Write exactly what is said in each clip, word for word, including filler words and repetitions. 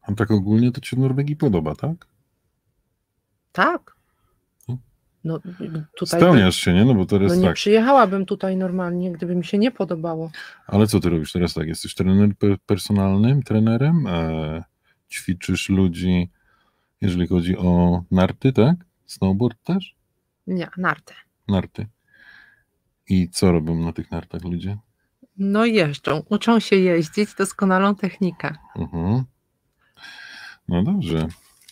A tak ogólnie to ci się Norwegii podoba, tak? Tak. No, tutaj Spełniasz by, się, nie? No bo teraz no nie tak. przyjechałabym tutaj normalnie, gdyby mi się nie podobało. Ale co ty robisz teraz tak? Jesteś trener personalnym, trenerem? E, ćwiczysz ludzi, jeżeli chodzi o narty, tak? Snowboard też? Nie, narty. Narty. I co robią na tych nartach ludzie? No jeżdżą, uczą się jeździć, doskonalą technikę. Uh-huh. No dobrze.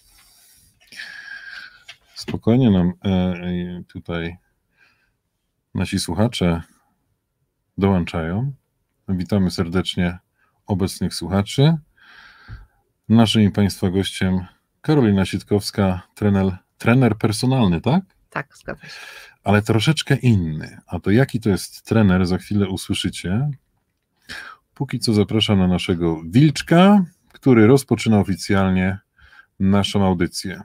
Spokojnie nam e, tutaj nasi słuchacze dołączają. Witamy serdecznie obecnych słuchaczy. Naszym i Państwa gościem Karolina Sitkowska, trener, trener personalny, tak? Tak, zgadza się. Ale troszeczkę inny. A to jaki to jest trener, za chwilę usłyszycie. Póki co zapraszam na naszego Wilczka, który rozpoczyna oficjalnie naszą audycję.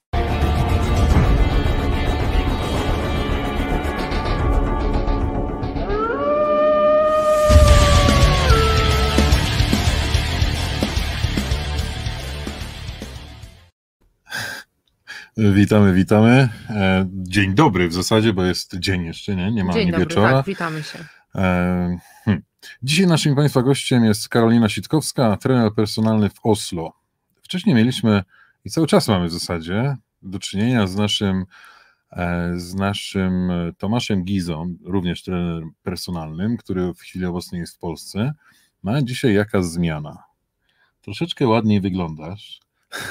Witamy, witamy. Dzień dobry w zasadzie, bo jest dzień jeszcze, nie? Nie ma dzień ani dobry, wieczora. Tak, witamy się. Hmm. Dzisiaj naszym Państwa gościem jest Karolina Sitkowska, trener personalny w Oslo. Wcześniej mieliśmy i cały czas mamy w zasadzie do czynienia z naszym, z naszym Tomaszem Gizą, również trenerem personalnym, który w chwili obecnej jest w Polsce. No a dzisiaj jaka zmiana? Troszeczkę ładniej wyglądasz.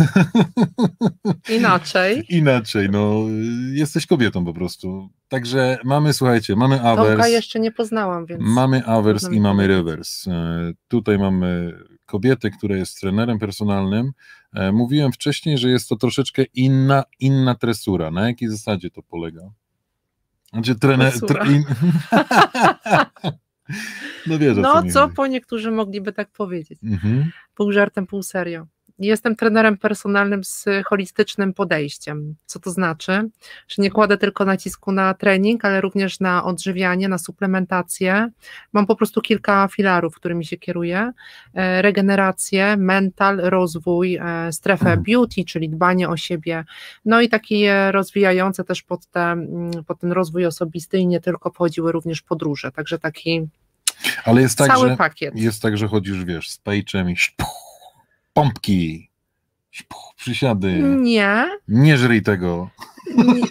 Inaczej. Inaczej, no jesteś kobietą po prostu. Także mamy, słuchajcie, mamy awers. Tomka jeszcze nie poznałam, więc... Mamy awers i mamy rewers. Tutaj mamy kobietę, która jest trenerem personalnym. Mówiłem wcześniej, że jest to troszeczkę inna, inna tresura. Na jakiej zasadzie to polega? Znaczy trener... Tre... no wiesz, no co, co po niektórzy mogliby tak powiedzieć. Mhm. Pół żartem, pół serio. Jestem trenerem personalnym z holistycznym podejściem. Co to znaczy? Że nie kładę tylko nacisku na trening, ale również na odżywianie, na suplementację. Mam po prostu kilka filarów, którymi się kieruję. Regenerację, mental, rozwój, strefę beauty, czyli dbanie o siebie, no i takie rozwijające też pod, te, pod ten rozwój osobisty i nie tylko wchodziły również podróże, także taki ale jest tak, cały że, pakiet. Jest tak, że chodzisz, wiesz, z pejczem i pompki, przysiady. Nie. Nie żryj tego. Nie.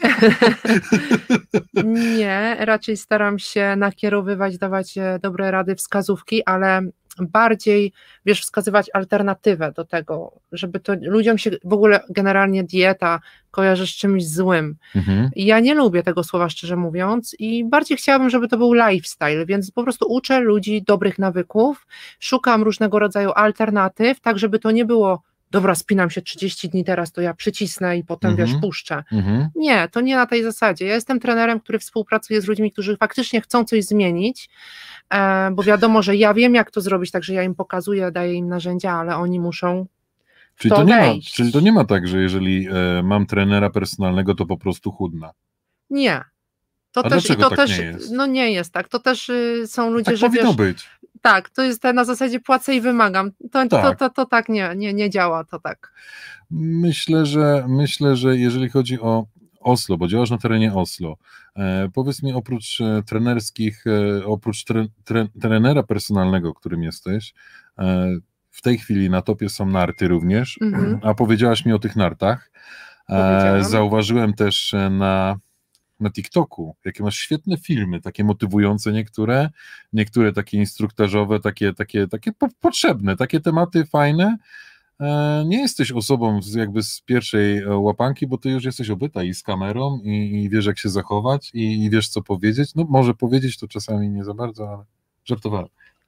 Nie, raczej staram się nakierowywać, dawać dobre rady, wskazówki, ale bardziej, wiesz, wskazywać alternatywę do tego, żeby to ludziom się w ogóle generalnie dieta kojarzy z czymś złym. Mhm. Ja nie lubię tego słowa, szczerze mówiąc, i bardziej chciałabym, żeby to był lifestyle, więc po prostu uczę ludzi dobrych nawyków, szukam różnego rodzaju alternatyw, tak żeby to nie było dobra, spinam się trzydzieści dni teraz, to ja przycisnę i potem, mm-hmm. wiesz, puszczę. Mm-hmm. Nie, to nie na tej zasadzie. Ja jestem trenerem, który współpracuje z ludźmi, którzy faktycznie chcą coś zmienić, e, bo wiadomo, że ja wiem, jak to zrobić, także ja im pokazuję, daję im narzędzia, ale oni muszą w czyli to, to nie wejść. Ma, czyli to nie ma tak, że jeżeli e, mam trenera personalnego, to po prostu chudna? Nie. To A też, i to tak też, nie jest? No nie jest tak. To też y, są ludzie, tak że powinno wiesz, być. Tak, to jest na zasadzie płacę i wymagam. To tak, to, to, to tak nie, nie, nie działa, to tak. Myślę, że myślę, że jeżeli chodzi o Oslo, bo działasz na terenie Oslo, e, powiedz mi, oprócz e, trenerskich, e, oprócz tre, tre, trenera personalnego, którym jesteś, e, w tej chwili na topie są narty również, mm-hmm. a powiedziałaś mi o tych nartach. E, zauważyłem też na na TikToku, jakie masz świetne filmy, takie motywujące niektóre, niektóre takie instruktażowe, takie, takie, takie po, potrzebne, takie tematy fajne. E, nie jesteś osobą z, jakby z pierwszej łapanki, bo ty już jesteś obyta i z kamerą i, i wiesz, jak się zachować i, i wiesz, co powiedzieć. No może powiedzieć to czasami nie za bardzo, ale żartowałem.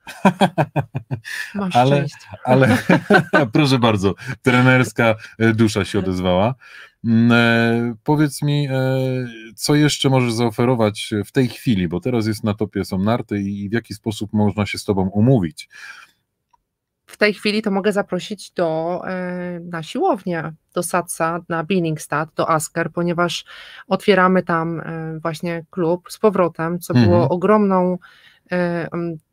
Masz ale, szczęście. ale proszę bardzo, trenerska dusza się odezwała. E, powiedz mi, e, co jeszcze możesz zaoferować w tej chwili, bo teraz jest na topie są narty i w jaki sposób można się z tobą umówić? W tej chwili to mogę zaprosić do, e, na siłownię, do Satsa, na Billingstad, do Asker, ponieważ otwieramy tam e, właśnie klub z powrotem, co było mhm. ogromną e,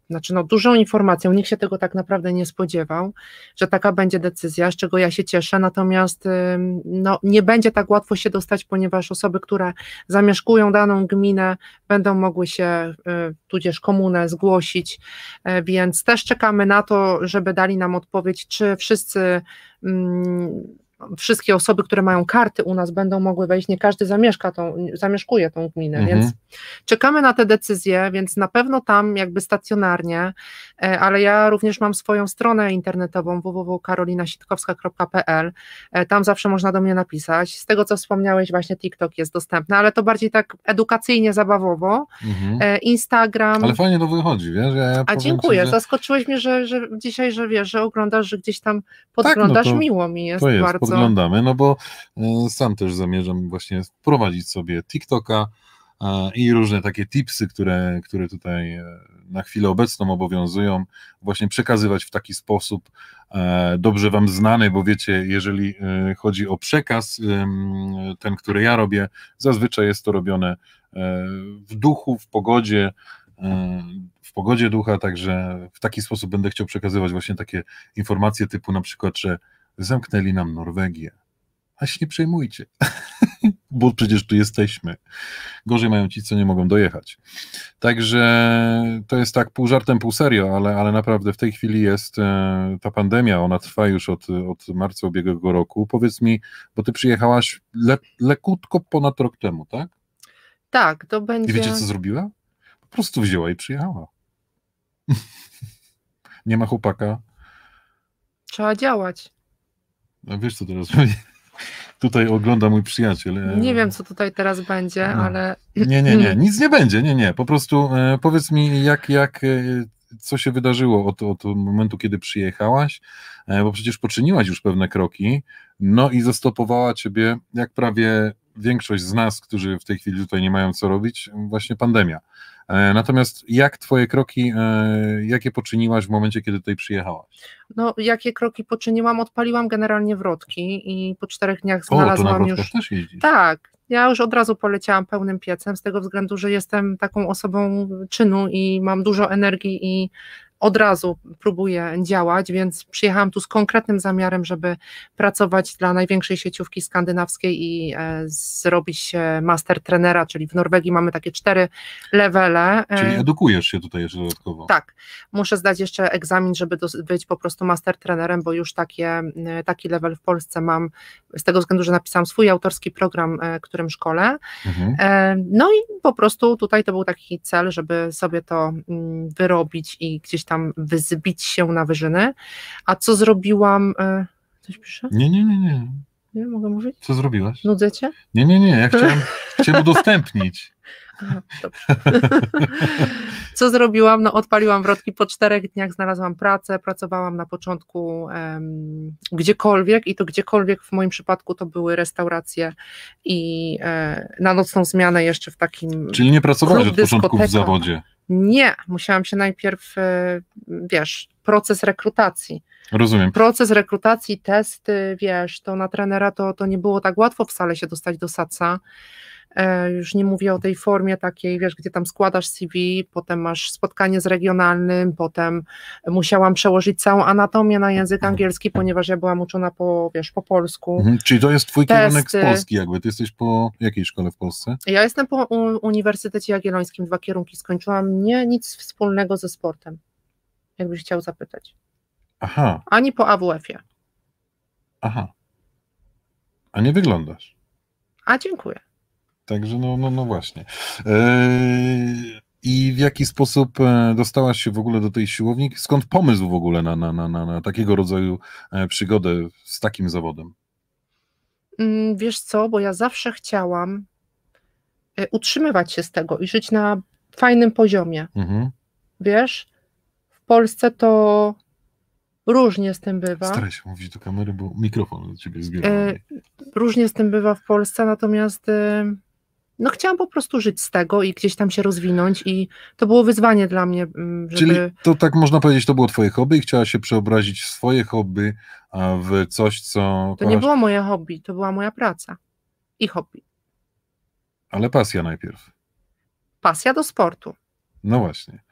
znaczy no dużą informacją, nikt się tego tak naprawdę nie spodziewał, że taka będzie decyzja, z czego ja się cieszę, natomiast no, nie będzie tak łatwo się dostać, ponieważ osoby, które zamieszkują daną gminę, będą mogły się, tudzież komunę zgłosić, więc też czekamy na to, żeby dali nam odpowiedź, czy wszyscy wszystkie osoby, które mają karty u nas, będą mogły wejść, nie każdy zamieszka tą, zamieszkuje tą gminę, mhm. więc czekamy na te decyzje, więc na pewno tam jakby stacjonarnie, ale ja również mam swoją stronę internetową w w w kropka karolina sitkowska kropka p l, tam zawsze można do mnie napisać, z tego co wspomniałeś właśnie TikTok jest dostępny, ale to bardziej tak edukacyjnie, zabawowo, mhm. Instagram. Ale fajnie to wychodzi, wiesz? Ja, ja A dziękuję, ci, że... zaskoczyłeś mnie, że, że dzisiaj, że wiesz, że oglądasz, że gdzieś tam podglądasz, tak, no to, miło mi jest, to jest bardzo. Podglądamy, no bo y, sam też zamierzam właśnie wprowadzić sobie TikToka y, i różne takie tipsy, które, które tutaj y, na chwilę obecną obowiązują, właśnie przekazywać w taki sposób y, dobrze wam znany, bo wiecie, jeżeli y, chodzi o przekaz, y, ten, który ja robię, zazwyczaj jest to robione y, w duchu, w pogodzie, y, w pogodzie ducha, także w taki sposób będę chciał przekazywać właśnie takie informacje typu na przykład, że zamknęli nam Norwegię, a się nie przejmujcie, bo przecież tu jesteśmy. Gorzej mają ci, co nie mogą dojechać. Także to jest tak pół żartem, pół serio, ale, ale naprawdę w tej chwili jest e, ta pandemia, ona trwa już od, od marca ubiegłego roku. Powiedz mi, bo ty przyjechałaś le, lekutko ponad rok temu, tak? Tak, to będzie... I wiecie, co zrobiła? Po prostu wzięła i przyjechała. Nie ma chłopaka. Trzeba działać. No wiesz, co teraz robię? Tutaj ogląda mój przyjaciel. Nie wiem, co tutaj teraz będzie, no. ale... Nie, nie, nie, nic nie będzie, nie, nie, po prostu e, powiedz mi, jak, jak, e, co się wydarzyło od, od momentu, kiedy przyjechałaś, e, bo przecież poczyniłaś już pewne kroki, no i zastopowała ciebie, jak prawie większość z nas, którzy w tej chwili tutaj nie mają co robić, właśnie pandemia. E, natomiast jak twoje kroki, e, jakie poczyniłaś w momencie, kiedy tutaj przyjechałaś? No, jakie kroki poczyniłam? Odpaliłam generalnie wrotki i po czterech dniach znalazłam o, to na już... też jeździsz. Tak, ja już od razu poleciałam pełnym piecem, z tego względu, że jestem taką osobą czynu i mam dużo energii i od razu próbuję działać, więc przyjechałam tu z konkretnym zamiarem, żeby pracować dla największej sieciówki skandynawskiej i e, zrobić master trenera, czyli w Norwegii mamy takie cztery levele. Czyli edukujesz się tutaj jeszcze dodatkowo. Tak, muszę zdać jeszcze egzamin, żeby do, być po prostu master trenerem, bo już takie, taki level w Polsce mam, z tego względu, że napisałam swój autorski program, e, którym szkolę. Mhm. E, no i po prostu tutaj to był taki cel, żeby sobie to mm, wyrobić i gdzieś tam wyzbić się na wyżyny. A co zrobiłam? E, coś pisze? Nie, nie, nie, nie. Nie, mogę mówić? Co zrobiłaś? Nudzę cię? Nie, nie, nie, ja chciałem, chciałem udostępnić. Aha, dobrze. Co zrobiłam? No odpaliłam wrotki po czterech dniach, znalazłam pracę, pracowałam na początku um, gdziekolwiek i to gdziekolwiek w moim przypadku to były restauracje i e, na nocną zmianę jeszcze w takim... Czyli nie pracowałeś od początku w zawodzie? Nie, musiałam się najpierw, e, wiesz, proces rekrutacji. Rozumiem. Proces rekrutacji, testy, wiesz, to na trenera to, to nie było tak łatwo wcale się dostać do SATS-a. E, już nie mówię o tej formie takiej, wiesz, gdzie tam składasz C V, potem masz spotkanie z regionalnym, potem musiałam przełożyć całą anatomię na język angielski, ponieważ ja byłam uczona po, wiesz, po polsku. Mhm, czyli to jest twój testy. Kierunek z Polski jakby, ty jesteś po jakiej szkole w Polsce? Ja jestem po Uniwersytecie Jagiellońskim, dwa kierunki skończyłam, nie nic wspólnego ze sportem, jakbyś chciał zapytać. Aha. Ani po A W F-ie. Aha. A nie wyglądasz. A dziękuję. Także no, no, no właśnie. Eee, I w jaki sposób dostałaś się w ogóle do tej siłowni? Skąd pomysł w ogóle na, na, na, na takiego rodzaju przygodę z takim zawodem? Wiesz co, bo ja zawsze chciałam utrzymywać się z tego i żyć na fajnym poziomie. Mhm. Wiesz, w Polsce to różnie z tym bywa. Staraj się mówić do kamery, bo mikrofon do ciebie zbiera. E, różnie z tym bywa w Polsce, natomiast e, no chciałam po prostu żyć z tego i gdzieś tam się rozwinąć i to było wyzwanie dla mnie, żeby... Czyli to tak można powiedzieć, to było twoje hobby i chciałaś się przeobrazić swoje hobby w coś, co... To kochasz... nie było moje hobby, to była moja praca i hobby. Ale pasja najpierw. Pasja do sportu. No właśnie.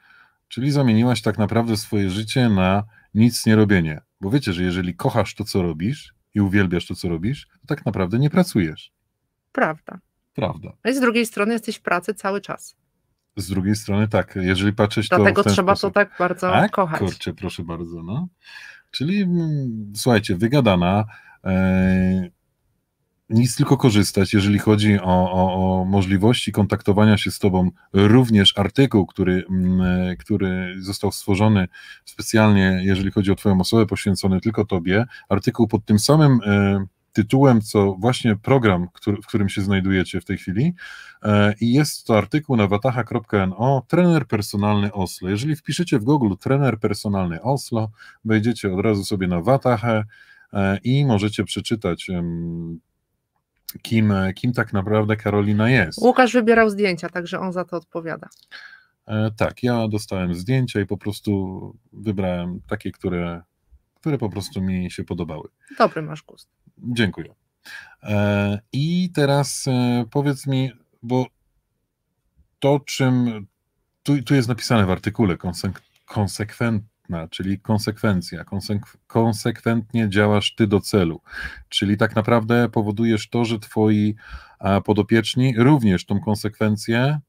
Czyli zamieniłaś tak naprawdę swoje życie na nic nie robienie. Bo wiecie, że jeżeli kochasz to, co robisz i uwielbiasz to, co robisz, to tak naprawdę nie pracujesz. Prawda. Prawda. A z drugiej strony jesteś w pracy cały czas. Z drugiej strony tak, jeżeli patrzeć to Dlatego w ten trzeba sposób. to tak bardzo A, kochać. kurczę, proszę bardzo, no. Czyli mm, słuchajcie, wygadana, e, nic tylko korzystać, jeżeli chodzi o, o, o możliwości kontaktowania się z tobą, również artykuł, który, mm, który został stworzony specjalnie, jeżeli chodzi o twoją osobę, poświęcony tylko tobie, artykuł pod tym samym e, tytułem, co właśnie program, który, w którym się znajdujecie w tej chwili, e, i jest to artykuł na wataha kropka no, trener personalny Oslo. Jeżeli wpiszecie w Google trener personalny Oslo, wejdziecie od razu sobie na Watahę e, i możecie przeczytać em, Kim, kim tak naprawdę Karolina jest. Łukasz wybierał zdjęcia, także on za to odpowiada. E, tak, ja dostałem zdjęcia i po prostu wybrałem takie, które, które po prostu mi się podobały. Dobry masz gust. Dziękuję. E, I teraz e, powiedz mi, bo to, czym tu, tu jest napisane w artykule, konsek, konsekwentna, czyli konsekwencja, konsek, konsekwentnie działasz ty do celu, czyli tak naprawdę powodujesz to, że twoi a, podopieczni również tą konsekwencję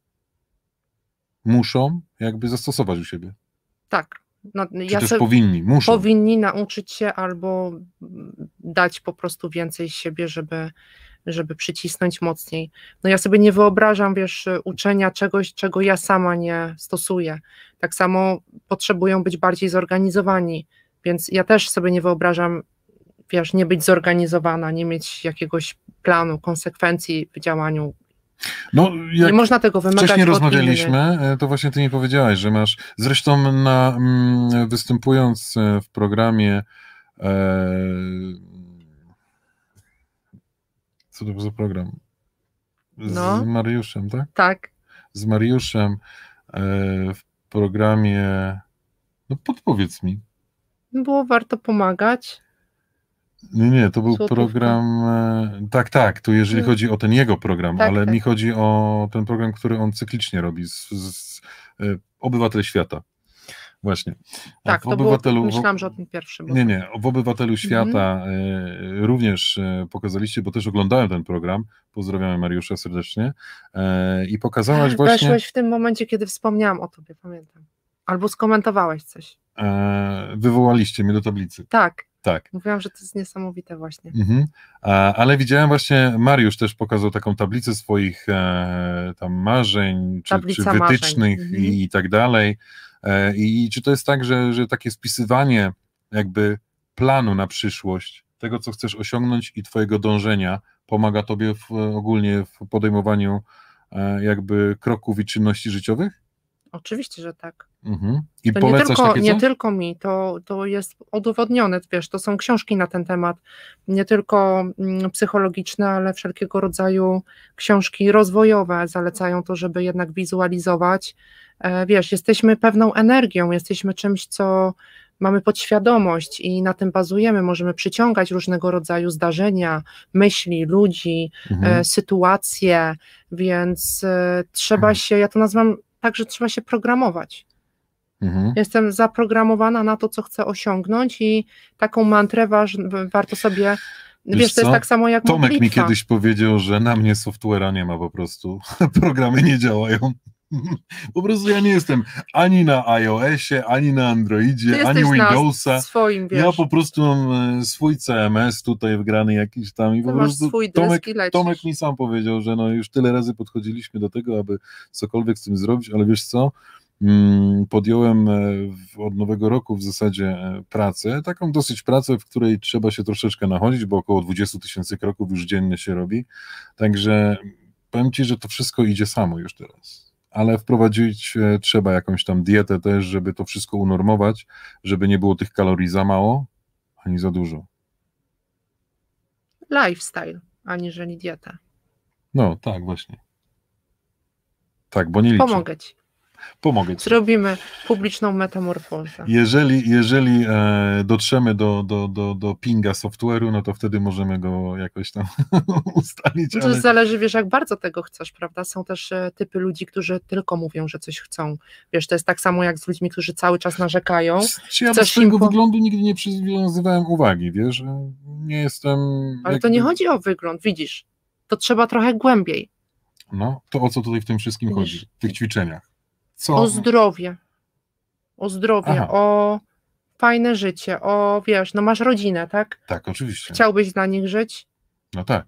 muszą jakby zastosować u siebie. Tak. No, Czy ja też se, powinni, muszą. Powinni nauczyć się albo dać po prostu więcej siebie, żeby, żeby przycisnąć mocniej. No ja sobie nie wyobrażam, wiesz, uczenia czegoś, czego ja sama nie stosuję. Tak samo potrzebują być bardziej zorganizowani, więc ja też sobie nie wyobrażam, wiesz, nie być zorganizowana, nie mieć jakiegoś planu, konsekwencji w działaniu. No, jak nie można tego wymagać wcześniej od rozmawialiśmy, innych. to właśnie ty mi powiedziałaś, że masz, zresztą na, mm, występując w programie e, co to był za program? Z No. Mariuszem, tak? Tak. Z Mariuszem e, w programie, no podpowiedz mi. Było warto pomagać. Nie, nie, to był Złotówka. program, e, tak, tak, tu jeżeli chodzi o ten jego program, Tak, ale tak. mi chodzi o ten program, który on cyklicznie robi z, z, z e, Obywatel Świata. Właśnie. Tak, w to obywatelu, było, myślałam, że o tym pierwszym. Nie, nie, w Obywatelu Świata Mhm. e, również e, pokazaliście, bo też oglądałem ten program, pozdrawiamy Mariusza serdecznie, e, i pokazałaś właśnie... Weszłeś w tym momencie, kiedy wspomniałam o tobie, pamiętam. Albo skomentowałeś coś. E, wywołaliście mnie do tablicy. Tak, Tak. mówiłam, że to jest niesamowite właśnie. Mhm. A, ale widziałem właśnie, Mariusz też pokazał taką tablicę swoich e, tam marzeń, czy, czy wytycznych marzeń. i, i tak dalej. E, I czy to jest tak, że, że takie spisywanie jakby planu na przyszłość, tego co chcesz osiągnąć i twojego dążenia pomaga tobie w, ogólnie w podejmowaniu e, jakby kroków i czynności życiowych? Oczywiście, że tak. Mhm. I To nie polecasz tylko, takie nie coś? tylko mi, to, to jest udowodnione, wiesz, to są książki na ten temat, nie tylko mm, psychologiczne, ale wszelkiego rodzaju książki rozwojowe zalecają to, żeby jednak wizualizować. E, wiesz, jesteśmy pewną energią, jesteśmy czymś, co mamy podświadomość i na tym bazujemy, możemy przyciągać różnego rodzaju zdarzenia, myśli, ludzi, Mhm. e, sytuacje, więc e, trzeba się, ja to nazywam tak, że trzeba się programować. Mhm. Jestem zaprogramowana na to, co chcę osiągnąć i taką mantrę waż, warto sobie, wiesz, Wiesz to jest co? tak samo jak Tomek modlitwa. mi kiedyś powiedział, że na mnie software'a nie ma po prostu. Programy nie działają. Po prostu ja nie jestem ani na iOSie, ani na Androidzie, Ty ani jesteś Windowsa. na swoim, wiesz. Ja po prostu mam e, swój C M S tutaj wgrany jakiś tam i Ty po masz prostu swój dysk Tomek, i lecisz. Tomek mi sam powiedział, że no już tyle razy podchodziliśmy do tego, aby cokolwiek z tym zrobić, ale wiesz co? Mm, podjąłem e, w- od nowego roku w zasadzie e, pracę, taką dosyć pracę, w której trzeba się troszeczkę nachodzić, bo około dwadzieścia tysięcy kroków już dziennie się robi, także powiem Ci, że to wszystko idzie samo już teraz, ale wprowadzić e, trzeba jakąś tam dietę też, żeby to wszystko unormować, żeby nie było tych kalorii za mało, ani za dużo. Lifestyle, aniżeli dieta. No, tak, właśnie. Tak, bo nie liczę. Pomogę ci. Pomogę ci. Zrobimy publiczną metamorfozę. Jeżeli, jeżeli e, dotrzemy do, do, do, do pinga software'u, no to wtedy możemy go jakoś tam ustalić. To ale... zależy, wiesz, jak bardzo tego chcesz, prawda? Są też e, typy ludzi, którzy tylko mówią, że coś chcą. Wiesz, to jest tak samo jak z ludźmi, którzy cały czas narzekają. Czy ja do swojego po... wyglądu nigdy nie przywiązywałem uwagi, wiesz? Nie jestem... Ale jakby... to nie chodzi o wygląd, widzisz. To trzeba trochę głębiej. No, to o co tutaj w tym wszystkim widzisz? Chodzi? W tych ćwiczeniach. Co? O zdrowie. O zdrowie, Aha. o fajne życie, o, wiesz, no masz rodzinę, tak? Tak, oczywiście. Chciałbyś dla nich żyć? No tak.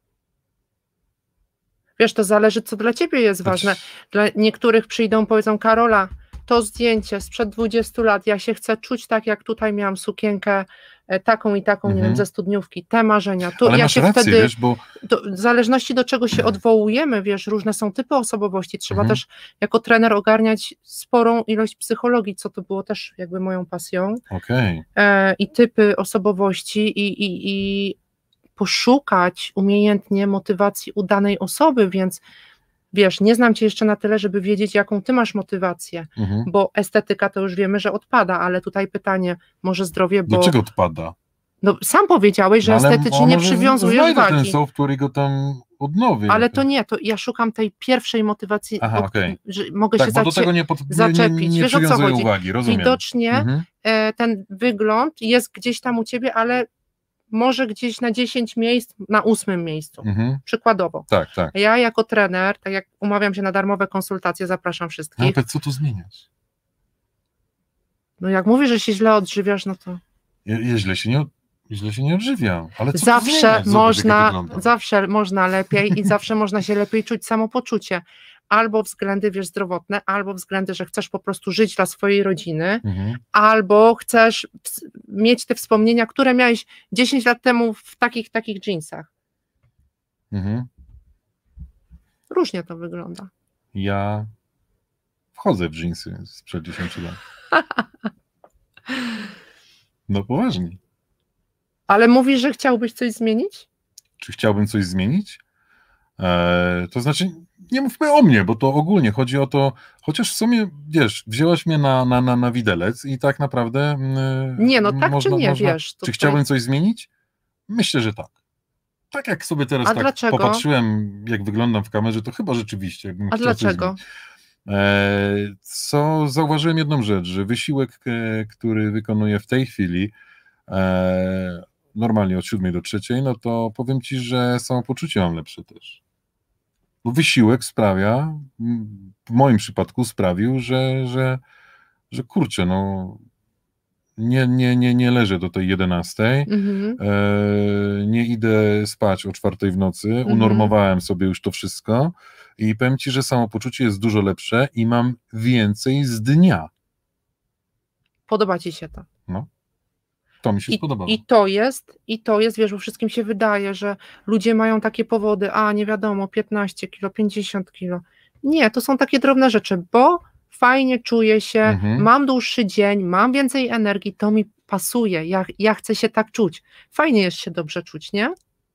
Wiesz, to zależy, co dla ciebie jest to ważne. Dla niektórych przyjdą, powiedzą, Karola, to zdjęcie sprzed dwudziestu lat, ja się chcę czuć tak, jak tutaj miałam sukienkę taką i taką, mhm. nie wiem, ze studniówki, te marzenia. Tu Ale ja masz się rację, wtedy, wiesz, bo... do, w zależności do czego się odwołujemy, wiesz, różne są typy osobowości, trzeba mhm. też jako trener ogarniać sporą ilość psychologii, co to było też jakby moją pasją. Okay. E, i typy osobowości i, i, i poszukać umiejętnie motywacji u danej osoby, więc wiesz, nie znam cię jeszcze na tyle, żeby wiedzieć, jaką ty masz motywację, mhm. bo estetyka to już wiemy, że odpada, ale tutaj pytanie, może zdrowie, bo... Dlaczego odpada? No sam powiedziałeś, że no, estetycznie nie przywiązujesz wagi. ten software i go tam odnowię. Ale to nie, to ja szukam tej pierwszej motywacji, Aha, od, okay. że mogę tak, się bo zacie- do tego nie pod, zaczepić. Nie, nie, nie wiesz, o co chodzi? Uwagi, rozumiem. Widocznie mhm. e, ten wygląd jest gdzieś tam u ciebie, ale może gdzieś na dziesięć miejsc, na ósmym miejscu, mhm. przykładowo. Tak, tak. Ja jako trener, tak jak umawiam się na darmowe konsultacje, zapraszam wszystkich. No, co tu zmieniać? No jak mówisz, że się źle odżywiasz, no to... Ja, ja źle się nie, źle się nie odżywiam, ale co zawsze można, zawsze można lepiej i zawsze można się lepiej czuć, samopoczucie. Albo względy, wiesz, zdrowotne, albo względy, że chcesz po prostu żyć dla swojej rodziny, mhm. albo chcesz mieć te wspomnienia, które miałeś dziesięć lat temu w takich, takich dżinsach. Mhm. Różnie to wygląda. Ja wchodzę w dżinsy sprzed dziesięciu lat. No poważnie. Ale mówisz, że chciałbyś coś zmienić? Czy chciałbym coś zmienić? Eee, to znaczy, nie mówmy o mnie, bo to ogólnie chodzi o to, chociaż w sumie, wiesz, wzięłaś mnie na, na, na, na widelec i tak naprawdę... Yy, nie, no tak można, czy nie, można, wiesz. Czy tutaj... chciałbym coś zmienić? Myślę, że tak. Tak jak sobie teraz A tak dlaczego? popatrzyłem, jak wyglądam w kamerze, to chyba rzeczywiście. A dlaczego? Eee, co zauważyłem jedną rzecz, że wysiłek, e, który wykonuję w tej chwili, e, normalnie od siódmej do trzeciej, no to powiem ci, że samopoczucie mam lepsze też. Bo wysiłek sprawia, w moim przypadku sprawił, że, że, że kurczę, no nie, nie, nie, nie leżę do tej jedenastej, mhm. e, nie idę spać o czwartej w nocy, mhm. unormowałem sobie już to wszystko i powiem ci, że samopoczucie jest dużo lepsze i mam więcej z dnia. Podoba ci się to? No. To mi się I, spodobało. I to jest, i to jest, wiesz, bo wszystkim się wydaje, że ludzie mają takie powody, a nie wiadomo, piętnaście kilo, pięćdziesiąt kilo. Nie, to są takie drobne rzeczy, bo fajnie czuję się, mhm. mam dłuższy dzień, mam więcej energii, to mi pasuje, ja, ja chcę się tak czuć. Fajnie jest się dobrze czuć, nie?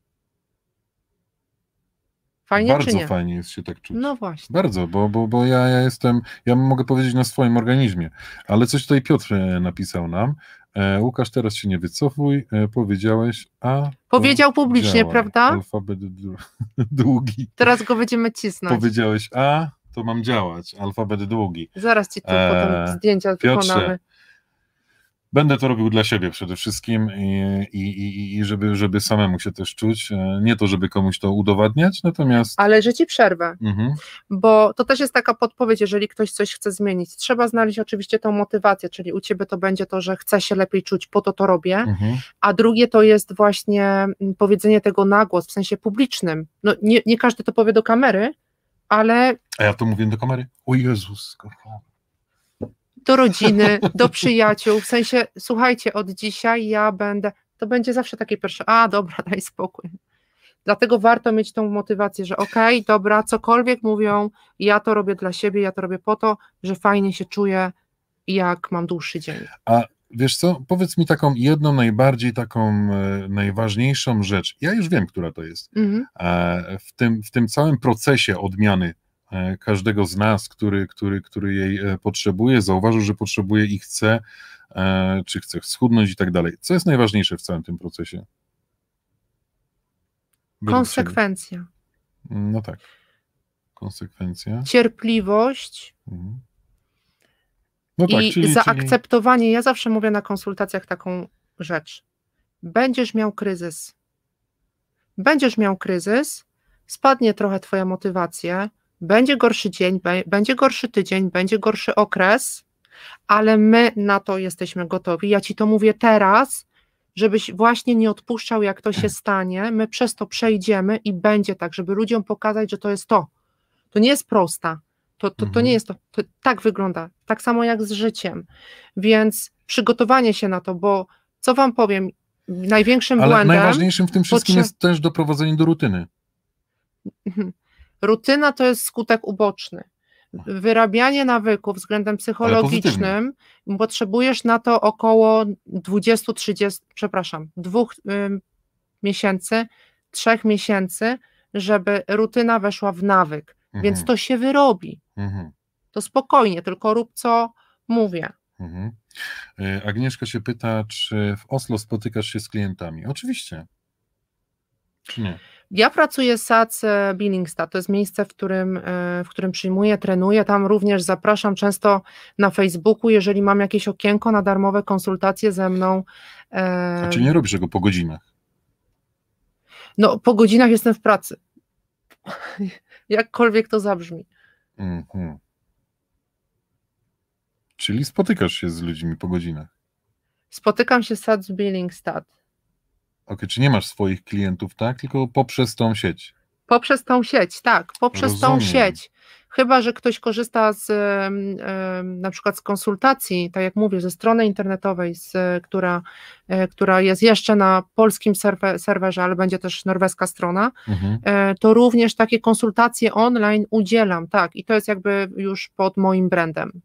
Fajnie Bardzo czy nie? fajnie jest się tak czuć. No właśnie. Bardzo, bo, bo, bo ja, ja jestem, ja mogę powiedzieć na swoim organizmie, ale coś tutaj Piotr napisał nam. E, Łukasz, teraz się nie wycofuj, e, powiedziałeś, a... Powiedział publicznie, działa. prawda? Alfabet długi. Teraz go będziemy cisnąć. Powiedziałeś, a to mam działać, alfabet długi. Zaraz ci tu e, potem zdjęcia Piotrze, wykonamy. Będę to robił dla siebie przede wszystkim i, i, i, i żeby, żeby samemu się też czuć, nie to, żeby komuś to udowadniać, natomiast... Ale że ci przerwę, mhm. bo to też jest taka podpowiedź, jeżeli ktoś coś chce zmienić, trzeba znaleźć oczywiście tą motywację, czyli u ciebie to będzie to, że chcę się lepiej czuć, po to to robię, mhm. a drugie to jest właśnie powiedzenie tego na głos, w sensie publicznym. No nie, nie każdy to powie do kamery, ale... A ja to mówię do kamery? O Jezus, kochany. Do rodziny, do przyjaciół, w sensie, słuchajcie, od dzisiaj ja będę, to będzie zawsze takie pierwsze, a dobra, daj spokój. Dlatego warto mieć tą motywację, że okej, okay, dobra, cokolwiek mówią, ja to robię dla siebie, ja to robię po to, że fajnie się czuję, jak mam dłuższy dzień. A wiesz co, powiedz mi taką jedną najbardziej taką e, najważniejszą rzecz, ja już wiem, która to jest, mhm. e, w, tym, w tym całym procesie odmiany każdego z nas, który, który, który jej potrzebuje, zauważył, że potrzebuje i chce, czy chce schudnąć i tak dalej. Co jest najważniejsze w całym tym procesie? Konsekwencja. No tak. Konsekwencja. Cierpliwość. Mhm. No tak, I czyli, zaakceptowanie. czyli... Ja zawsze mówię na konsultacjach taką rzecz. Będziesz miał kryzys. Będziesz miał kryzys, spadnie trochę twoja motywacja, będzie gorszy dzień, będzie gorszy tydzień, będzie gorszy okres, ale my na to jesteśmy gotowi. Ja ci to mówię teraz, żebyś właśnie nie odpuszczał, jak to się stanie. My przez to przejdziemy i będzie tak, żeby ludziom pokazać, że to jest to. To nie jest prosta. To, to, to nie jest to. To tak wygląda. Tak samo jak z życiem. Więc przygotowanie się na to, bo co wam powiem, największym ale błędem... najważniejszym w tym wszystkim potrze... jest też doprowadzenie do rutyny. Rutyna to jest skutek uboczny. Wyrabianie nawyków względem psychologicznym, potrzebujesz na to około dwadzieścia trzydzieści, przepraszam, dwóch y, miesięcy, trzech miesięcy, żeby rutyna weszła w nawyk. Mhm. Więc to się wyrobi. Mhm. To spokojnie, tylko rób co mówię. Mhm. Agnieszka się pyta, czy w Oslo spotykasz się z klientami? Oczywiście. Czy nie? Ja pracuję z S A C Billingstad, to jest miejsce, w którym, w którym przyjmuję, trenuję, tam również zapraszam często na Facebooku, jeżeli mam jakieś okienko na darmowe konsultacje ze mną. A czy nie robisz tego po godzinach? No, po godzinach jestem w pracy. Jakkolwiek to zabrzmi. Mhm. Czyli spotykasz się z ludźmi po godzinach? Spotykam się z S A C Billingstad. Okej, okay, czy nie masz swoich klientów, tak? Tylko poprzez tą sieć? Poprzez tą sieć, tak, poprzez Rozumiem. tą sieć. Chyba że ktoś korzysta z na przykład z konsultacji, tak jak mówię, ze strony internetowej, z, która, która jest jeszcze na polskim serwer, serwerze, ale będzie też norweska strona, mhm. to również takie konsultacje online udzielam, tak, i to jest jakby już pod moim brandem.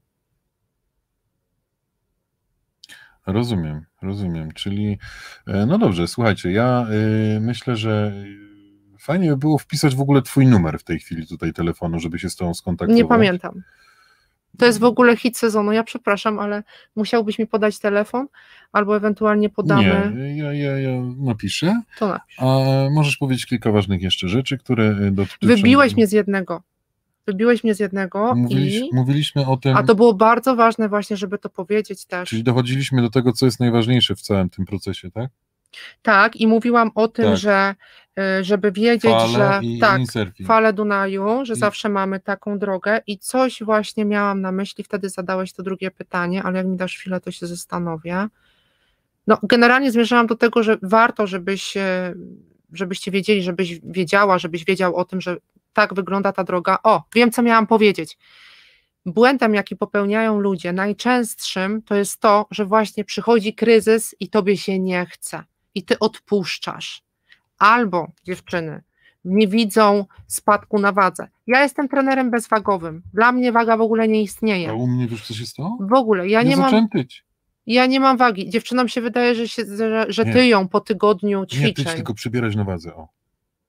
Rozumiem, rozumiem, czyli no dobrze, słuchajcie, ja y, myślę, że fajnie by było wpisać w ogóle twój numer w tej chwili tutaj telefonu, żeby się z tobą skontaktować. Nie pamiętam. To jest w ogóle hit sezonu, ja przepraszam, ale musiałbyś mi podać telefon, albo ewentualnie podamy... Nie, ja, ja, ja napiszę, to napisz. A możesz powiedzieć kilka ważnych jeszcze rzeczy, które dotyczą... Wybiłeś mnie z jednego. Wybiłeś mnie z jednego Mówiliś, i... Mówiliśmy o tym... A to było bardzo ważne właśnie, żeby to powiedzieć też. Czyli dochodziliśmy do tego, co jest najważniejsze w całym tym procesie, tak? Tak, i mówiłam o tym, tak. że żeby wiedzieć, fale że i tak, windsurfing. Falę Dunaju, że I... zawsze mamy taką drogę i coś właśnie miałam na myśli, wtedy zadałeś to drugie pytanie, ale jak mi dasz chwilę, to się zastanowię. No, generalnie zmierzałam do tego, że warto, żebyś, żebyście wiedzieli, żebyś wiedziała, żebyś wiedział o tym, że tak wygląda ta droga. O, wiem, co miałam powiedzieć. Błędem, jaki popełniają ludzie, najczęstszym to jest to, że właśnie przychodzi kryzys i tobie się nie chce i ty odpuszczasz. Albo dziewczyny nie widzą spadku na wadze. Ja jestem trenerem bezwagowym. Dla mnie waga w ogóle nie istnieje. A u mnie wiesz, co się stało? W ogóle. Ja nie, nie mam. Tyć. Ja nie mam wagi. Dziewczynom się wydaje, że, się, że, że tyją po tygodniu ćwiczeń. Nie tyć, tylko przybierać na wadze. O.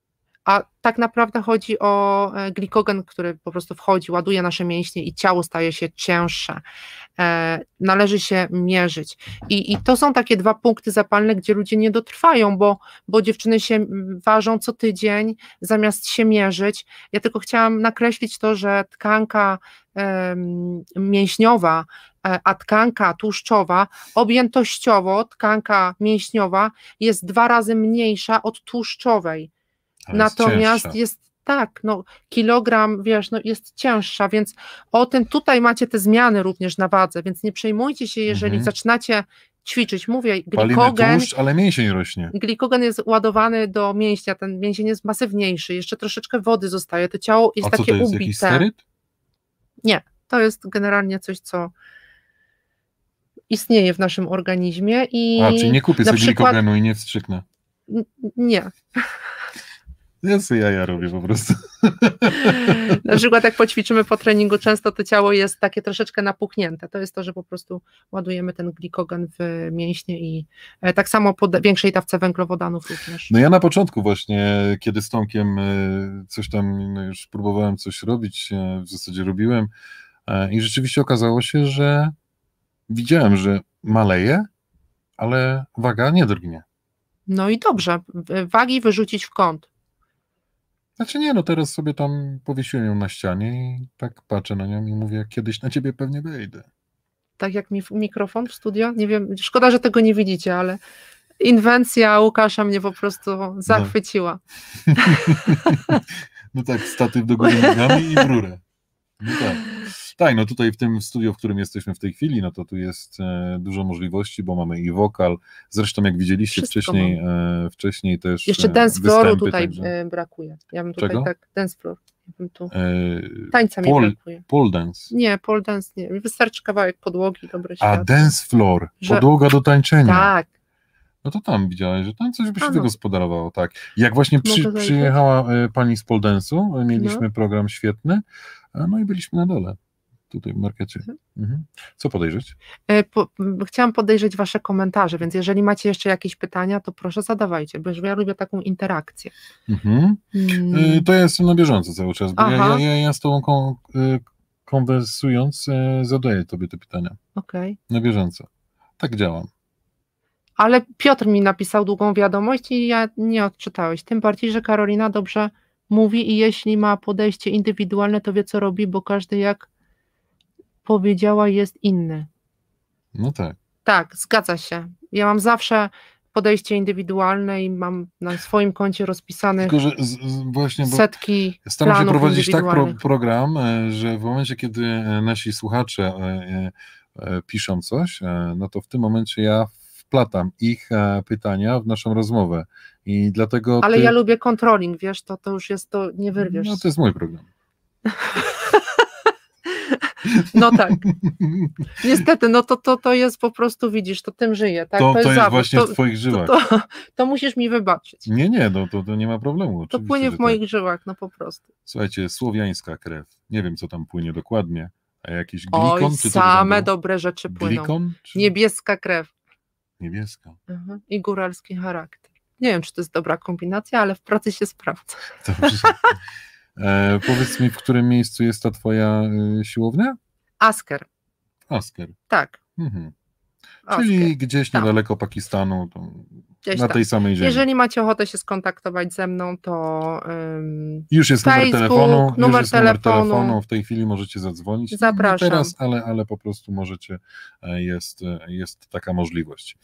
A tak naprawdę chodzi o glikogen, który po prostu wchodzi, ładuje nasze mięśnie i ciało staje się cięższe. E, należy się mierzyć. I, I to są takie dwa punkty zapalne, gdzie ludzie nie dotrwają, bo, bo dziewczyny się ważą co tydzień, zamiast się mierzyć. Ja tylko chciałam nakreślić to, że tkanka e, mięśniowa, e, a tkanka tłuszczowa, objętościowo tkanka mięśniowa jest dwa razy mniejsza od tłuszczowej. Ale Natomiast jest, jest tak, no kilogram, wiesz, no jest cięższa, więc o tym tutaj macie te zmiany również na wadze, więc nie przejmujcie się, jeżeli mhm. zaczynacie ćwiczyć. Mówię, glikogen, tłuszcz, ale mięsień rośnie. Glikogen jest ładowany do mięśnia, ten mięsień jest masywniejszy, jeszcze troszeczkę wody zostaje, to ciało jest A co takie to jest, ubite. jakiś steryt? Nie, to jest generalnie coś, co istnieje w naszym organizmie i A, czyli nie kupię sobie przykład... glikogenu i nie wstrzyknę. Nie. Ja sobie jaja robię po prostu. Na przykład jak poćwiczymy po treningu, często to ciało jest takie troszeczkę napuchnięte. To jest to, że po prostu ładujemy ten glikogen w mięśnie i tak samo po większej dawce węglowodanów również. No ja na początku właśnie, kiedy z Tomkiem coś tam no już próbowałem coś robić, w zasadzie robiłem i rzeczywiście okazało się, że widziałem, że maleje, ale waga nie drgnie. No i dobrze, wagi wyrzucić w kąt. Znaczy nie, no teraz sobie tam powiesiłem ją na ścianie i tak patrzę na nią i mówię, kiedyś na ciebie pewnie wejdę. Tak jak mi mikrofon w studio, nie wiem, szkoda, że tego nie widzicie, ale inwencja Łukasza mnie po prostu zachwyciła. No, no tak, statyw do góry nogami i w rurę. No tak. Tak, no tutaj w tym studiu, w którym jesteśmy w tej chwili, no to tu jest e, dużo możliwości, bo mamy i wokal, zresztą jak widzieliście wcześniej, e, wcześniej też jeszcze dance flooru tutaj także. brakuje. Ja bym tutaj Czego? tak, dance floor. Ja bym tu, e, tańca mi pole, brakuje. Pole dance. Nie, pole dance nie. Wystarczy kawałek podłogi, dobre światło. A dance floor, że... podłoga do tańczenia. Tak. No to tam widziałeś, że tam coś by się no. wygospodarowało, tak. Jak właśnie przy, przyjechała e, pani z pole dance'u, mieliśmy no. program świetny, no i byliśmy na dole. Tutaj w markecie. Mhm. Co podejrzeć? Po, chciałam podejrzeć wasze komentarze, więc jeżeli macie jeszcze jakieś pytania, to proszę zadawajcie, bo ja lubię taką interakcję. Mhm. Hmm. To ja jestem na bieżąco cały czas, bo ja, ja, ja, ja z tobą kon, konwersując zadaję tobie te pytania. Okej. Okay. Na bieżąco. Tak działam. Ale Piotr mi napisał długą wiadomość i ja nie odczytałeś. Tym bardziej, że Karolina dobrze mówi i jeśli ma podejście indywidualne, to wie co robi, bo każdy jak powiedziała jest inny. No tak. Tak, zgadza się. Ja mam zawsze podejście indywidualne i mam na swoim koncie rozpisane Tylko, że z, z, właśnie, bo setki staram planów się prowadzić tak pro, program, że w momencie, kiedy nasi słuchacze piszą coś, no to w tym momencie ja wplatam ich pytania w naszą rozmowę i dlatego... Ale ty... ja lubię controlling, wiesz, to, to już jest, to nie wyrwiesz. No to jest mój program. No tak. Niestety, no to, to, to jest po prostu, widzisz, to tym żyje. Tak? To, to, to jest, jest właśnie to, w twoich żyłach. To, to, to musisz mi wybaczyć. Nie, nie, no to, to nie ma problemu. To płynie w moich tak. żyłach, no po prostu. Słuchajcie, słowiańska krew. Nie wiem, co tam płynie dokładnie. A jakiś glikon? Oj, czy same dobre rzeczy płyną. Glikon, czy... Niebieska krew. Niebieska. Mhm. I góralski charakter. Nie wiem, czy to jest dobra kombinacja, ale w pracy się sprawdza. Dobrze. E, powiedz mi, w którym miejscu jest ta twoja y, siłownia? Asker. Asker. Tak. Mhm. Czyli Asker. Gdzieś tam. Niedaleko Pakistanu, to gdzieś na tej tam. Samej ziemi. Jeżeli macie ochotę się skontaktować ze mną, to um, już jest Facebook, numer telefonu, numer, już jest telefonu. numer telefonu, w tej chwili możecie zadzwonić. Zapraszam. Nie teraz, ale, ale po prostu możecie, jest, jest taka możliwość.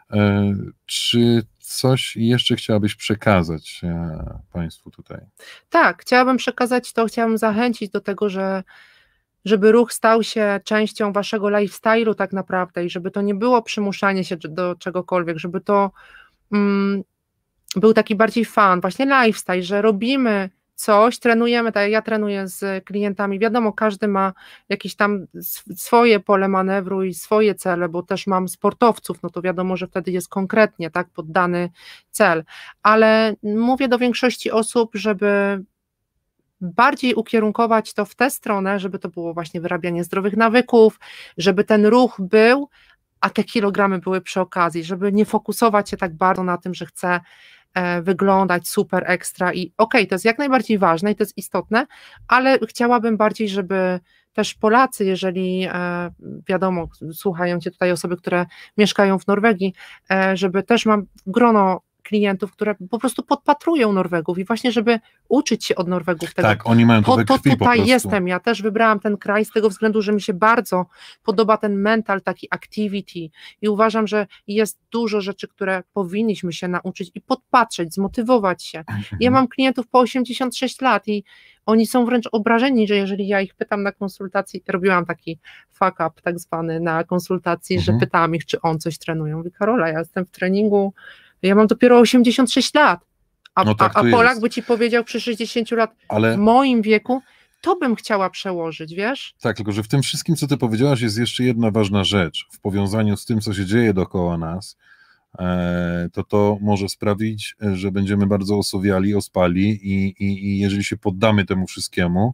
Czy coś jeszcze chciałabyś przekazać Państwu tutaj? Tak, chciałabym przekazać to, chciałabym zachęcić do tego, że żeby ruch stał się częścią waszego lifestyle'u tak naprawdę i żeby to nie było przymuszanie się do czegokolwiek, żeby to mm, był taki bardziej fun, właśnie lifestyle, że robimy coś, trenujemy, tak jak ja trenuję z klientami, wiadomo, każdy ma jakieś tam swoje pole manewru i swoje cele, bo też mam sportowców, no to wiadomo, że wtedy jest konkretnie, tak, pod dany cel, ale mówię do większości osób, żeby bardziej ukierunkować to w tę stronę, żeby to było właśnie wyrabianie zdrowych nawyków, żeby ten ruch był, a te kilogramy były przy okazji, żeby nie fokusować się tak bardzo na tym, że chcę e, wyglądać super ekstra i okej, okay, to jest jak najbardziej ważne i to jest istotne, ale chciałabym bardziej, żeby też Polacy, jeżeli e, wiadomo, słuchają cię tutaj osoby, które mieszkają w Norwegii, e, żeby też mam grono klientów, które po prostu podpatrują Norwegów i właśnie, żeby uczyć się od Norwegów tego. Tak, oni mają to we po, krwi to tutaj po jestem, ja też wybrałam ten kraj z tego względu, że mi się bardzo podoba ten mental, taki activity i uważam, że jest dużo rzeczy, które powinniśmy się nauczyć i podpatrzeć, zmotywować się. Mhm. Ja mam klientów po osiemdziesiąt sześć lat i oni są wręcz obrażeni, że jeżeli ja ich pytam na konsultacji, robiłam taki fuck up tak zwany na konsultacji, mhm. że pytałam ich, czy on coś trenują. Mówi, Karola, ja jestem w treningu, ja mam dopiero osiemdziesiąt sześć lat, a, no tak a, a Polak jest. By ci powiedział przy sześćdziesięciu lat, ale w moim wieku, to bym chciała przełożyć, wiesz? Tak, tylko że w tym wszystkim, co ty powiedziałaś, jest jeszcze jedna ważna rzecz w powiązaniu z tym, co się dzieje dookoła nas, to to może sprawić, że będziemy bardzo osowiali, ospali i, i, i jeżeli się poddamy temu wszystkiemu,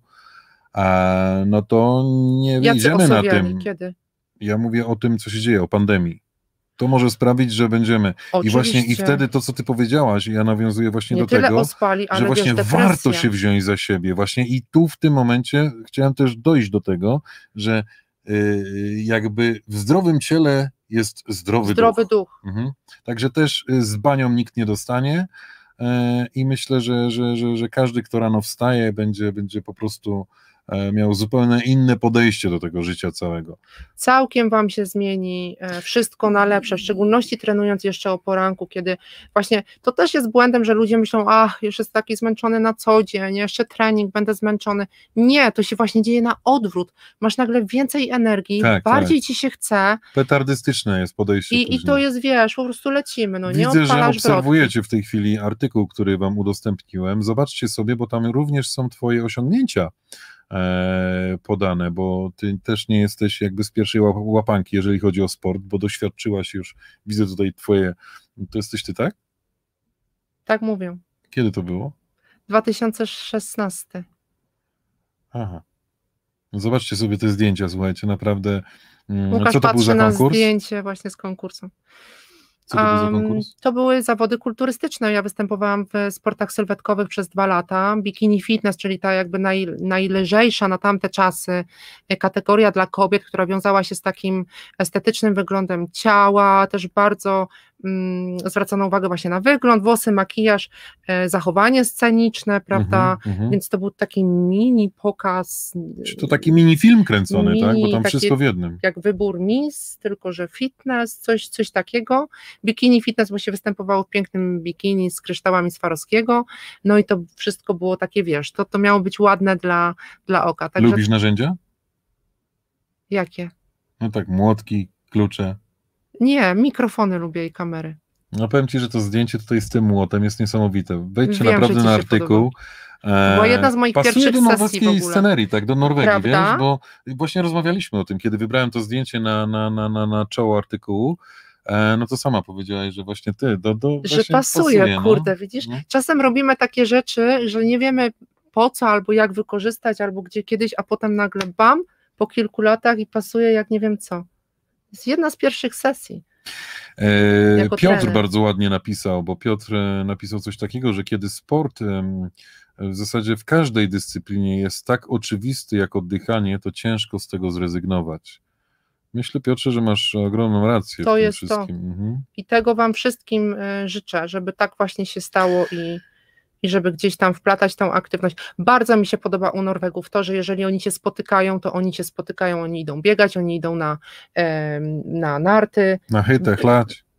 no to nie wyjdziemy na tym. Kiedy? Ja mówię o tym, co się dzieje, o pandemii. To może sprawić, że będziemy. Oczywiście. I właśnie i wtedy to, co ty powiedziałaś, ja nawiązuję właśnie nie do tyle tego, ospali, ale że właśnie wiesz, warto się wziąć za siebie. Właśnie i tu w tym momencie chciałem też dojść do tego, że yy, jakby w zdrowym ciele jest zdrowy, zdrowy duch. duch. Mhm. Także też z banią nikt nie dostanie yy, i myślę, że, że, że, że każdy, kto rano wstaje, będzie, będzie po prostu miał zupełnie inne podejście do tego życia całego. Całkiem wam się zmieni wszystko na lepsze, w szczególności trenując jeszcze o poranku, kiedy właśnie to też jest błędem, że ludzie myślą, ach, już jest taki zmęczony na co dzień, jeszcze trening, będę zmęczony. Nie, to się właśnie dzieje na odwrót. Masz nagle więcej energii, tak, bardziej tak. ci się chce. Petardystyczne jest podejście. I, i to jest, wiesz, po prostu lecimy. No, Widzę, nie że obserwujecie wrotki. w tej chwili artykuł, który wam udostępniłem. Zobaczcie sobie, bo tam również są twoje osiągnięcia podane, bo ty też nie jesteś jakby z pierwszej łapanki, jeżeli chodzi o sport, bo doświadczyłaś już, widzę tutaj twoje, to jesteś ty, tak? Tak mówię. Kiedy to było? dwa tysiące szesnasty. Aha. No zobaczcie sobie te zdjęcia, słuchajcie, naprawdę. Łukasz co to był za konkurs? Na zdjęcie właśnie z konkursu. Co to był za konkurs? To były zawody kulturystyczne. Ja występowałam w sportach sylwetkowych przez dwa lata. Bikini fitness, czyli ta jakby naj, najlżejsza na tamte czasy kategoria dla kobiet, która wiązała się z takim estetycznym wyglądem ciała, też bardzo mm, zwracano uwagę właśnie na wygląd, włosy, makijaż, e, zachowanie sceniczne, prawda? Mm-hmm, Więc to był taki mini pokaz. Czy to taki mini film kręcony, mini, tak? Bo tam wszystko w jednym. Jak wybór Miss, tylko że fitness, coś, coś takiego. Bikini fitness, bo się występowało w pięknym bikini z kryształami Swarowskiego, no i to wszystko było takie, wiesz, to, to miało być ładne dla, dla oka. Także... Lubisz narzędzia? Jakie? No tak, młotki, klucze. Nie, mikrofony lubię i kamery. No powiem ci, że to zdjęcie tutaj z tym młotem jest niesamowite. Wejdźcie Wiem, naprawdę na artykuł. To była jedna z moich Pasuje pierwszych do norweskiej sesji w ogóle. scenerii, tak, do Norwegii, Prawda? wiesz, bo właśnie rozmawialiśmy o tym, kiedy wybrałem to zdjęcie na, na, na, na, na czoło artykułu, no to sama powiedziałaś, że właśnie ty, do, do że pasuje, pasuje, kurde, no. Widzisz? No. Czasem robimy takie rzeczy, że nie wiemy po co, albo jak wykorzystać, albo gdzie kiedyś, a potem nagle bam, po kilku latach i pasuje jak nie wiem co. To jest jedna z pierwszych sesji. E, Piotr trener. Bardzo ładnie napisał, bo Piotr napisał coś takiego, że kiedy sport w zasadzie w każdej dyscyplinie jest tak oczywisty jak oddychanie, to ciężko z tego zrezygnować. Myślę, Piotrze, że masz ogromną rację to w tym jest wszystkim. To. Mhm. I tego wam wszystkim życzę, żeby tak właśnie się stało i, i żeby gdzieś tam wplatać tą aktywność. Bardzo mi się podoba u Norwegów to, że jeżeli oni się spotykają, to oni się spotykają, oni idą biegać, oni idą na, na narty. Na hytę, chlać.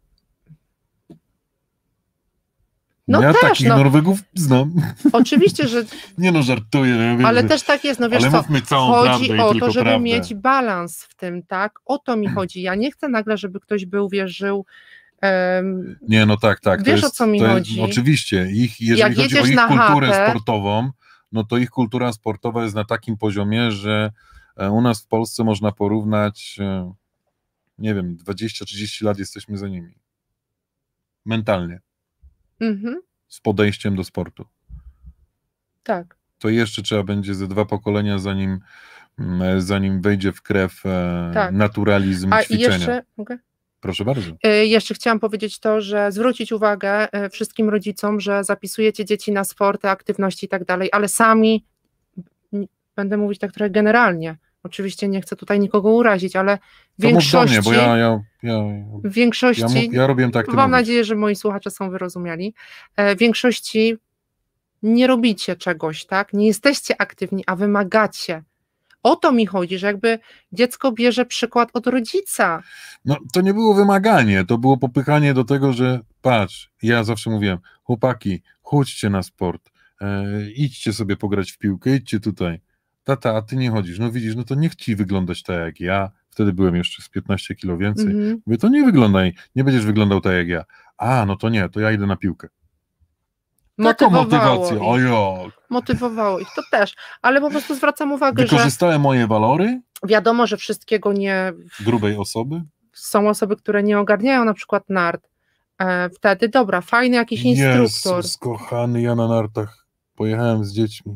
No ja też, takich no, Norwegów znam. Oczywiście, że... Nie no, żartuję. Ja wiem, ale że... też tak jest, no wiesz ale co, mówmy całą chodzi prawdę o i to, żeby prawdę. mieć balans w tym, tak? O to mi chodzi. Ja nie chcę nagle, żeby ktoś był, wiesz, żył... Um, nie, no tak, tak. Wiesz, to jest, o co mi to chodzi. Jest, oczywiście. Ich, jeżeli Jak chodzi o ich na kulturę chatę, sportową, no to ich kultura sportowa jest na takim poziomie, że u nas w Polsce można porównać, nie wiem, dwadzieścia trzydzieści lat jesteśmy za nimi. Mentalnie. Mhm. Z podejściem do sportu. Tak. To jeszcze trzeba będzie ze dwa pokolenia, zanim, zanim wejdzie w krew tak. naturalizm A ćwiczenia. Jeszcze, okay. Proszę bardzo. Jeszcze chciałam powiedzieć to, że zwrócić uwagę wszystkim rodzicom, że zapisujecie dzieci na sporty, aktywności i tak dalej, ale sami, będę mówić tak trochę generalnie, oczywiście nie chcę tutaj nikogo urazić, ale w to większości, mów do mnie, bo ja, ja, ja, w większości, ja, mów, ja robię tak, ty mam mówisz. nadzieję, że moi słuchacze są wyrozumiali, w większości nie robicie czegoś, tak, nie jesteście aktywni, a wymagacie. O to mi chodzi, że jakby dziecko bierze przykład od rodzica. No to nie było wymaganie, to było popychanie do tego, że patrz, ja zawsze mówiłem, chłopaki, chodźcie na sport, e, idźcie sobie pograć w piłkę, idźcie tutaj. Tata, a ty nie chodzisz, no widzisz, no to nie chcij wyglądać tak jak ja, wtedy byłem jeszcze z piętnaście kilo więcej, mm-hmm. Mówię, to nie wyglądaj, nie będziesz wyglądał tak jak ja. A, no to nie, to ja idę na piłkę. Motywowało ich. O jak. Motywowało ich, to też, ale po prostu zwracam uwagę, Wykorzystałem że moje walory? Wiadomo, że wszystkiego nie... Grubej osoby? Są osoby, które nie ogarniają na przykład nart, E, wtedy, dobra, fajny jakiś instruktor. Jezus kochany, ja na nartach pojechałem z dziećmi.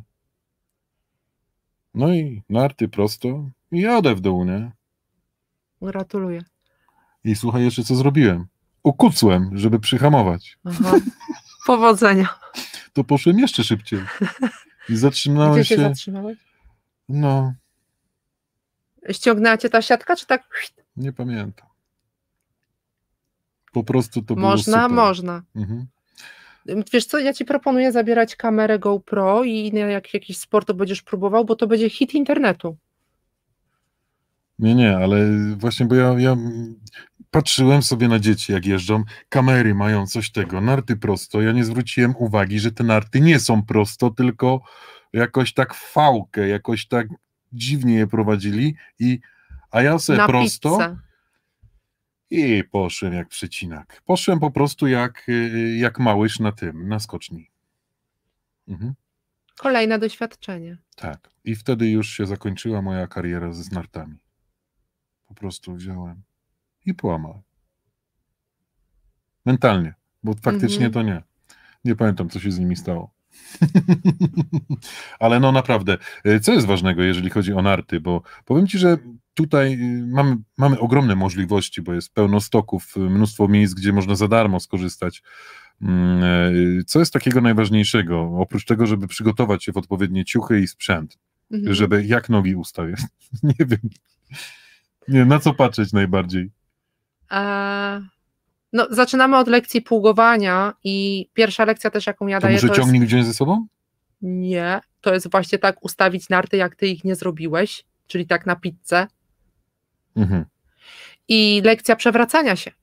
No i narty prosto i jadę w dół, nie? Gratuluję. I słuchaj jeszcze, co zrobiłem. Ukucłem, żeby przyhamować. Aha. Powodzenia. To poszłem jeszcze szybciej. I zatrzymałem Gdzie się się. zatrzymałeś? No, Ściągnęła cię ta siatka, czy tak? nie pamiętam. Po prostu to było Można, super. można. Mhm. Wiesz co, ja ci proponuję zabierać kamerę GoPro i jak jakiś sport to będziesz próbował, bo to będzie hit internetu. Nie, nie, ale właśnie, bo ja, ja patrzyłem sobie na dzieci, jak jeżdżą, kamery mają coś tego, narty prosto, ja nie zwróciłem uwagi, że te narty nie są prosto, tylko jakoś tak w fałkę, jakoś tak dziwnie je prowadzili, i, a ja sobie Na prosto pizzę. i poszłem jak przecinak. Poszłem po prostu jak, y, jak małyż na tym, na skoczni. Mhm. Kolejne doświadczenie. Tak. I wtedy już się zakończyła moja kariera ze nartami. Po prostu wziąłem i połamałem. Mentalnie, bo faktycznie Mhm. to nie. Nie pamiętam, co się z nimi stało. Ale no naprawdę, y, co jest ważnego, jeżeli chodzi o narty, bo powiem ci, że tutaj y, mamy, mamy ogromne możliwości, bo jest pełno stoków, y, mnóstwo miejsc, gdzie można za darmo skorzystać. Mm, y, Co jest takiego najważniejszego, oprócz tego, żeby przygotować się w odpowiednie ciuchy i sprzęt, Mhm. żeby jak nogi ustawiać? Nie wiem. Nie, na co patrzeć najbardziej? E, no, zaczynamy od lekcji pługowania i pierwsza lekcja też, jaką ja To daję, muszę to jest... ciągnik wziąć ze sobą? Nie, to jest właśnie tak ustawić narty, jak ty ich nie zrobiłeś, czyli tak na pizzę. Mhm. I lekcja przewracania się,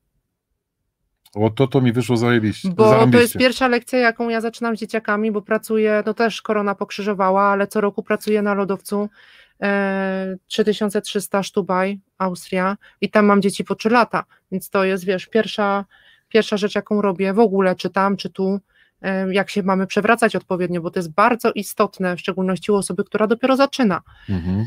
O, to to mi wyszło zajebiście. bo to jest zarąbiście. pierwsza lekcja, jaką ja zaczynam z dzieciakami, bo pracuję, no też korona pokrzyżowała, ale co roku pracuję na lodowcu e, trzy tysiące trzysta Sztubaj, Austria, i tam mam dzieci po trzy lata, więc to jest, wiesz, pierwsza, pierwsza rzecz, jaką robię w ogóle, czy tam, czy tu, e, jak się mamy przewracać odpowiednio, bo to jest bardzo istotne, w szczególności u osoby, która dopiero zaczyna. Mhm.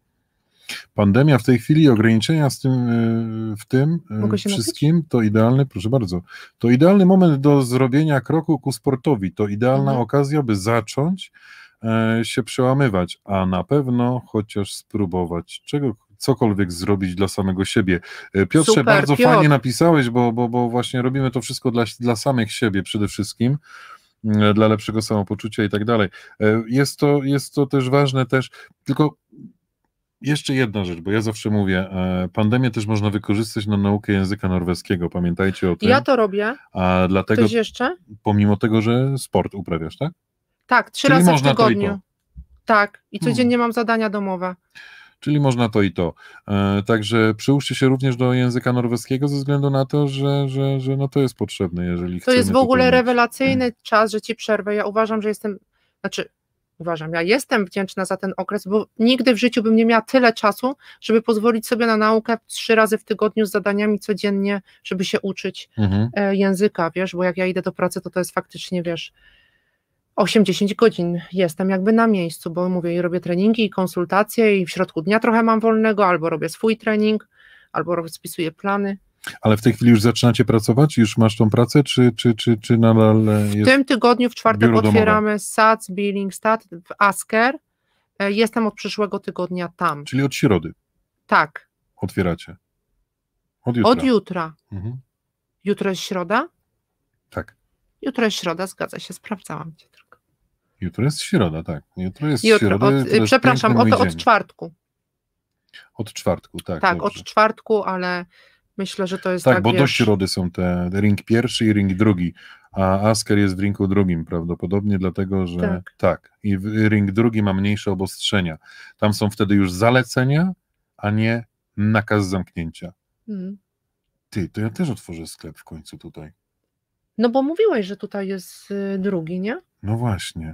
Pandemia w tej chwili, ograniczenia z tym, y, w tym y, Mogę się wszystkim, to idealny, proszę bardzo, to idealny moment do zrobienia kroku ku sportowi, to idealna Mhm. okazja, by zacząć e, się przełamywać, a na pewno chociaż spróbować czego, cokolwiek zrobić dla samego siebie. E, Piotrze, Super, bardzo Piotr. fajnie napisałeś, bo, bo, bo właśnie robimy to wszystko dla, dla samych siebie przede wszystkim, e, dla lepszego samopoczucia i tak dalej. E, Jest to, jest to też ważne też, tylko jeszcze jedna rzecz, bo ja zawsze mówię, e, pandemię też można wykorzystać na naukę języka norweskiego, pamiętajcie o tym, Ja to robię, a dlatego, ktoś jeszcze? pomimo tego, że sport uprawiasz, tak? Tak, trzy Czyli razy w można to i tygodniu. to. Tak, i Hmm. codziennie mam zadania domowe. Czyli można to i to. E, Także przyłóżcie się również do języka norweskiego ze względu na to, że, że, że no to jest potrzebne, jeżeli To chcemy jest w tutaj ogóle mieć- rewelacyjny czas, że ci przerwę. Ja uważam, że jestem, znaczy uważam, ja jestem wdzięczna za ten okres, bo nigdy w życiu bym nie miała tyle czasu, żeby pozwolić sobie na naukę trzy razy w tygodniu z zadaniami codziennie, żeby się uczyć Mhm. e, języka, wiesz, bo jak ja idę do pracy, to to jest faktycznie, wiesz, osiem dziesięć godzin jestem jakby na miejscu, bo mówię, i robię treningi i konsultacje i w środku dnia trochę mam wolnego, albo robię swój trening, albo robię, spisuję plany. Ale w tej chwili już zaczynacie pracować? Już masz tą pracę, czy, czy, czy, czy nadal W jest... tym tygodniu w czwartek biuro domowe? otwieramy S A C, Billing Stat w Asker. E, Jestem od przyszłego tygodnia tam. Czyli od środy Tak, otwieracie? Od jutra? od jutra. Mhm. Jutro jest środa? Tak. Jutro jest środa, zgadza się, sprawdzałam cię tylko. Jutro jest środa, tak. Jutro jest Jutro, środa. od, to jest przepraszam, piękny od, mój od dzień. czwartku. Od czwartku, tak. Tak, dobrze. od czwartku, ale myślę, że to jest Tak, tak, bo do wiesz, środy są te ring pierwszy i ring drugi, a Asker jest w ringu drugim prawdopodobnie, dlatego że tak, Tak. i w ring drugi ma mniejsze obostrzenia. Tam są wtedy już zalecenia, a nie nakaz zamknięcia. Mm. Ty, to ja też otworzę sklep w końcu tutaj. No bo mówiłeś, że tutaj jest y, drugi, nie? No właśnie.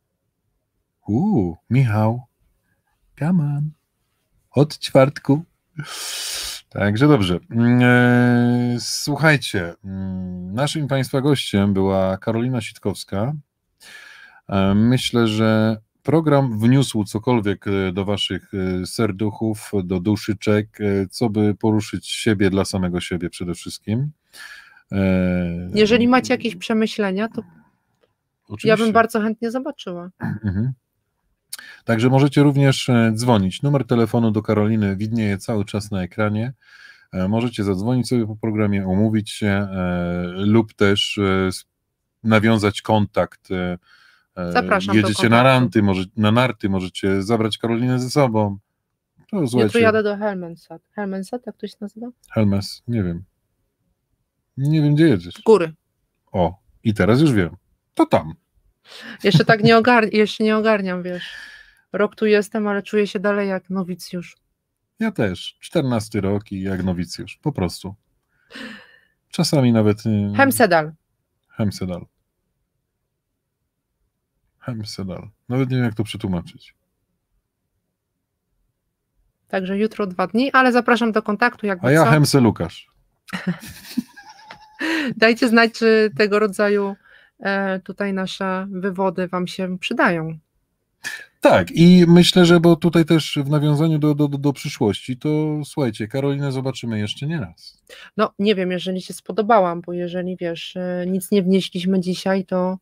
Uuu, Michał, come on. Od czwartku. Także dobrze. Eee, Słuchajcie, mm, naszym Państwa gościem była Karolina Sitkowska. E, Myślę, że program wniósł cokolwiek e, do Waszych e, serduchów, do duszyczek, e, co by poruszyć siebie dla samego siebie przede wszystkim. E, Jeżeli macie jakieś przemyślenia, to oczywiście. ja bym bardzo chętnie zobaczyła. Mhm. Także możecie również dzwonić. Numer telefonu do Karoliny widnieje cały czas na ekranie. Możecie zadzwonić sobie po programie, umówić się e, lub też e, nawiązać kontakt. E, Zapraszam Jedziecie do na kontaktu. ranty, może, na narty, możecie zabrać Karolinę ze sobą. To, Jutro słuchajcie, jadę do Helmensat. Helmensat, jak to się nazywa? Helmes, nie wiem. Nie wiem, gdzie jedziesz. W góry. O, i teraz już wiem. To tam. Jeszcze tak nie, ogar jeszcze nie ogarniam, wiesz. Rok tu jestem, ale czuję się dalej jak nowicjusz. Ja też. czternasty rok i jak nowicjusz. Po prostu. Czasami nawet... y, Hemsedal. Hemsedal. Hemsedal. Nawet nie wiem, jak to przetłumaczyć. Także jutro dwa dni, ale zapraszam do kontaktu, jakby A ja co. Hemse Lukasz. Dajcie znać, czy tego rodzaju e, tutaj nasze wywody wam się przydają. Tak, i myślę, że bo tutaj też w nawiązaniu do, do, do, do przyszłości, to słuchajcie, Karolinę zobaczymy jeszcze nie raz. No nie wiem, jeżeli się spodobałam, bo jeżeli wiesz, e, nic nie wnieśliśmy dzisiaj, to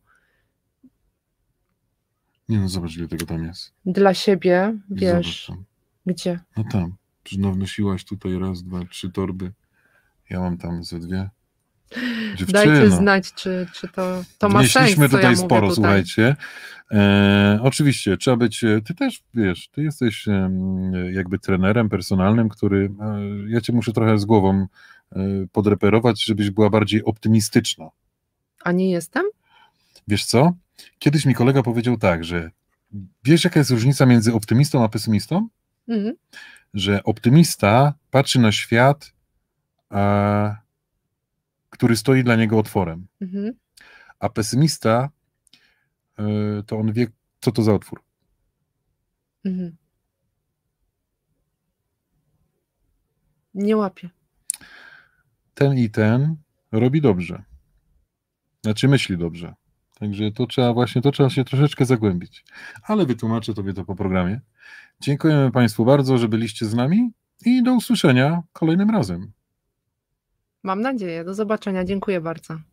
Nie no, zobacz, ile tego tam jest. dla siebie, Zobacz wiesz, tam. gdzie? No tam. Czy nawnosiłaś tutaj raz, dwa, trzy torby. Ja mam tam ze dwie. Dziewczyno. Dajcie znać, czy, czy to, to ma sens, Wnieśliśmy co tutaj ja sporo, mówię tutaj. słuchajcie. E, oczywiście, trzeba być, ty też, wiesz, ty jesteś e, jakby trenerem personalnym, który, e, ja cię muszę trochę z głową e, podreperować, żebyś była bardziej optymistyczna. A nie jestem? Wiesz co? Kiedyś mi kolega powiedział tak, że wiesz, jaka jest różnica między optymistą a pesymistą? Mhm. Że optymista patrzy na świat, a, który stoi dla niego otworem, Mhm. a pesymista y, to on wie, co to za otwór. Mhm. Nie łapię. Ten i ten robi dobrze. Znaczy myśli dobrze. Także to trzeba właśnie, to trzeba się troszeczkę zagłębić. Ale wytłumaczę tobie to po programie. Dziękujemy Państwu bardzo, że byliście z nami i do usłyszenia kolejnym razem. Mam nadzieję. Do zobaczenia. Dziękuję bardzo.